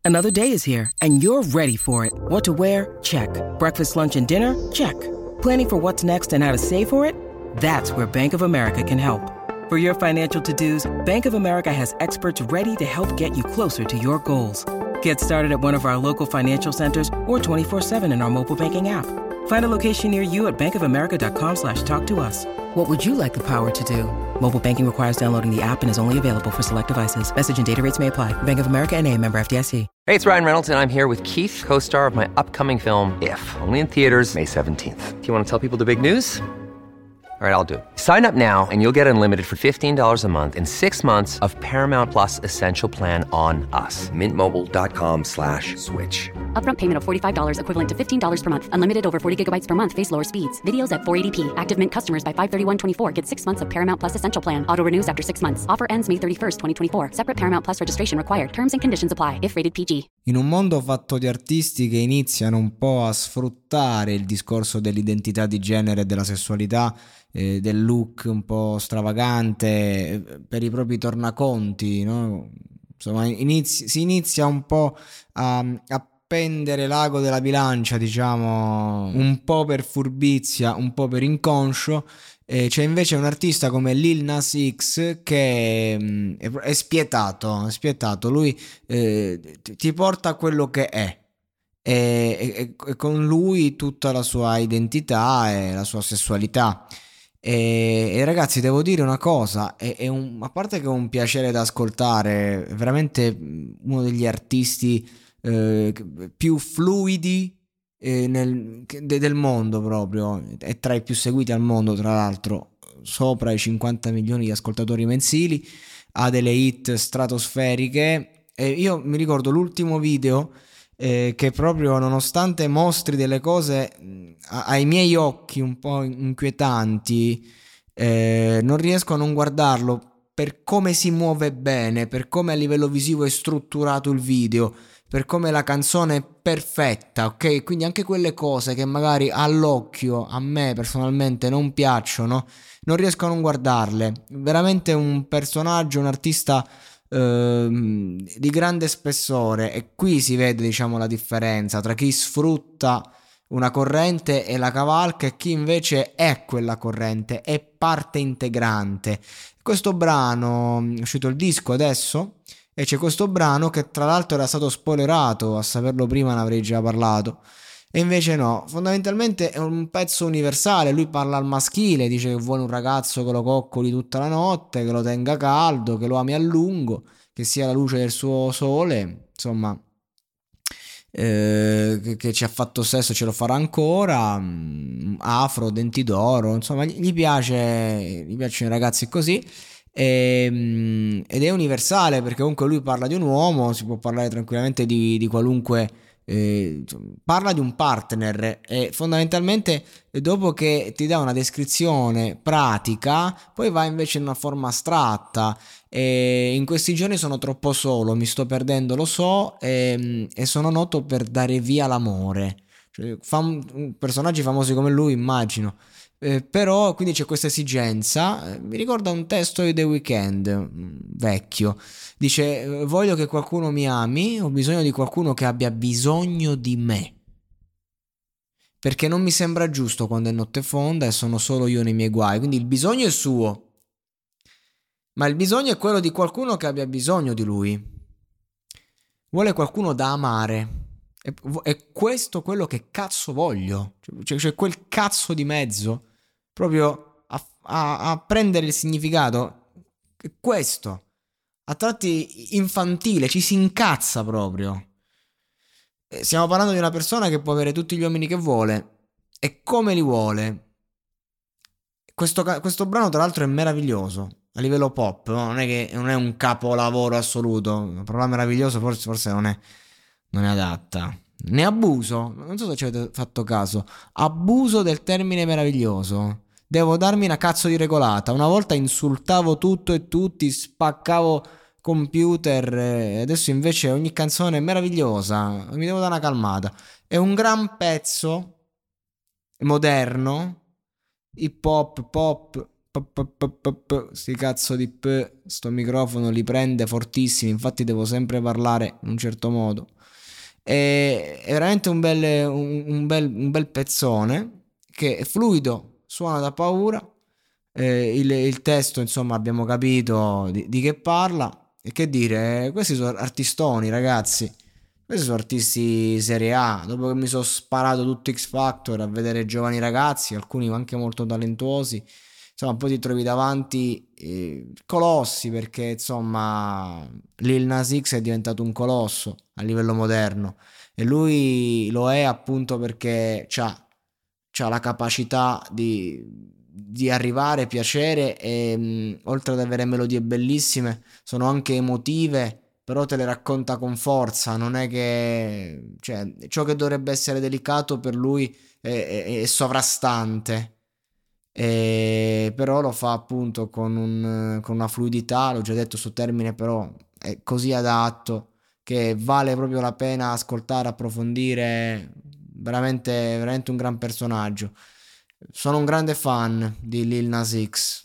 Another day is here, and you're ready for it. What to wear? Check. Breakfast, lunch, and dinner? Check. Planning for what's next and how to save for it? That's where Bank of America can help. For your financial to-dos, Bank of America has experts ready to help get you closer to your goals. Get started at one of our local financial centers or 24/7 in our mobile banking app. Find a location near you at bankofamerica.com/talktous. What would you like the power to do? Mobile banking requires downloading the app and is only available for select devices. Message and data rates may apply. Bank of America N.A., member FDIC. Hey, it's Ryan Reynolds, and I'm here with Keith, co-star of my upcoming film, If, only in theaters May 17th. Do you want to tell people the big news? All right, I'll do it. Sign up now and you'll get unlimited for $15 a month and 6 months of Paramount Plus Essential Plan on us. MintMobile.com/switch. Upfront payment of $45 equivalent to $15 per month. Unlimited over 40 gigabytes per month. Face lower speeds. Videos at 480p. Active Mint customers by 531.24 get 6 months of Paramount Plus Essential Plan. Auto renews after 6 months. Offer ends May 31st, 2024. Separate Paramount Plus registration required. Terms and conditions apply if rated PG. In un mondo fatto di artisti che iniziano un po' a sfruttare il discorso dell'identità di genere e della sessualità, del look un po' stravagante per i propri tornaconti, no? Insomma, si inizia un po' a pendere l'ago della bilancia, diciamo, un po' per furbizia, un po' per inconscio. C'è invece un artista come Lil Nas X che è spietato. Lui ti porta a quello che è. E con lui tutta la sua identità e la sua sessualità. E ragazzi, devo dire una cosa, a parte che è un piacere da ascoltare, è veramente uno degli artisti più fluidi del mondo, proprio, è tra i più seguiti al mondo, tra l'altro, sopra i 50 milioni di ascoltatori mensili, ha delle hit stratosferiche. E io mi ricordo l'ultimo video che proprio, nonostante mostri delle cose ai miei occhi un po' inquietanti, non riesco a non guardarlo per come si muove bene, per come a livello visivo è strutturato il video, per come la canzone è perfetta, ok? Quindi anche quelle cose che magari all'occhio a me personalmente non piacciono, non riesco a non guardarle. Veramente un personaggio, un artista di grande spessore, e qui si vede, diciamo, la differenza tra chi sfrutta una corrente e la cavalca e chi invece è quella corrente, è parte integrante. Questo brano è uscito il disco adesso e c'è questo brano che tra l'altro era stato spoilerato, a saperlo prima ne avrei già parlato. E invece no, fondamentalmente è un pezzo universale. Lui parla al maschile, dice che vuole un ragazzo che lo coccoli tutta la notte, che lo tenga caldo, che lo ami a lungo, che sia la luce del suo sole, insomma, che ci ha fatto sesso, ce lo farà ancora, afro, denti d'oro, insomma, gli piacciono i ragazzi così. Ed è universale, perché comunque lui parla di un uomo, si può parlare tranquillamente di qualunque... parla di un partner, e fondamentalmente dopo che ti dà una descrizione pratica poi va invece in una forma astratta. E in questi giorni sono troppo solo, mi sto perdendo, lo so, e sono noto per dare via l'amore, cioè, personaggi famosi come lui, immagino. Però quindi c'è questa esigenza. Mi ricorda un testo di The Weeknd, vecchio. Dice: voglio che qualcuno mi ami, ho bisogno di qualcuno che abbia bisogno di me, perché non mi sembra giusto quando è notte fonda e sono solo io nei miei guai. Quindi il bisogno è suo, ma il bisogno è quello di qualcuno che abbia bisogno di lui. Vuole qualcuno da amare. È questo quello che cazzo voglio. Cioè quel cazzo di mezzo, proprio a prendere il significato. Questo, a tratti infantile, ci si incazza proprio. Stiamo parlando di una persona che può avere tutti gli uomini che vuole e come li vuole. Questo brano tra l'altro è meraviglioso a livello pop, no? Non è un capolavoro assoluto. La parola meraviglioso forse non è adatta. Ne abuso, non so se ci avete fatto caso, abuso del termine meraviglioso. Devo darmi una cazzo di regolata. Una volta insultavo tutto e tutti, spaccavo computer, e adesso invece ogni canzone è meravigliosa, mi devo dare una calmata. È un gran pezzo moderno, hip hop, pop, sti cazzo di sto microfono li prende fortissimi, infatti devo sempre parlare in un certo modo. È veramente un bel pezzone che è fluido, suona da paura. Il testo, insomma, abbiamo capito di che parla. E che dire, questi sono artistoni, ragazzi. Questi sono artisti serie A. Dopo che mi sono sparato tutto X Factor a vedere giovani ragazzi, alcuni anche molto talentuosi, insomma, poi ti trovi davanti colossi, perché insomma Lil Nas X è diventato un colosso a livello moderno e lui lo è appunto perché c'ha la capacità di arrivare, piacere e oltre ad avere melodie bellissime sono anche emotive, però te le racconta con forza, non è che, cioè, ciò che dovrebbe essere delicato per lui è sovrastante. Però lo fa appunto con una fluidità, l'ho già detto sto termine, però è così adatto che vale proprio la pena ascoltare, approfondire, veramente, veramente un gran personaggio. Sono un grande fan di Lil Nas X.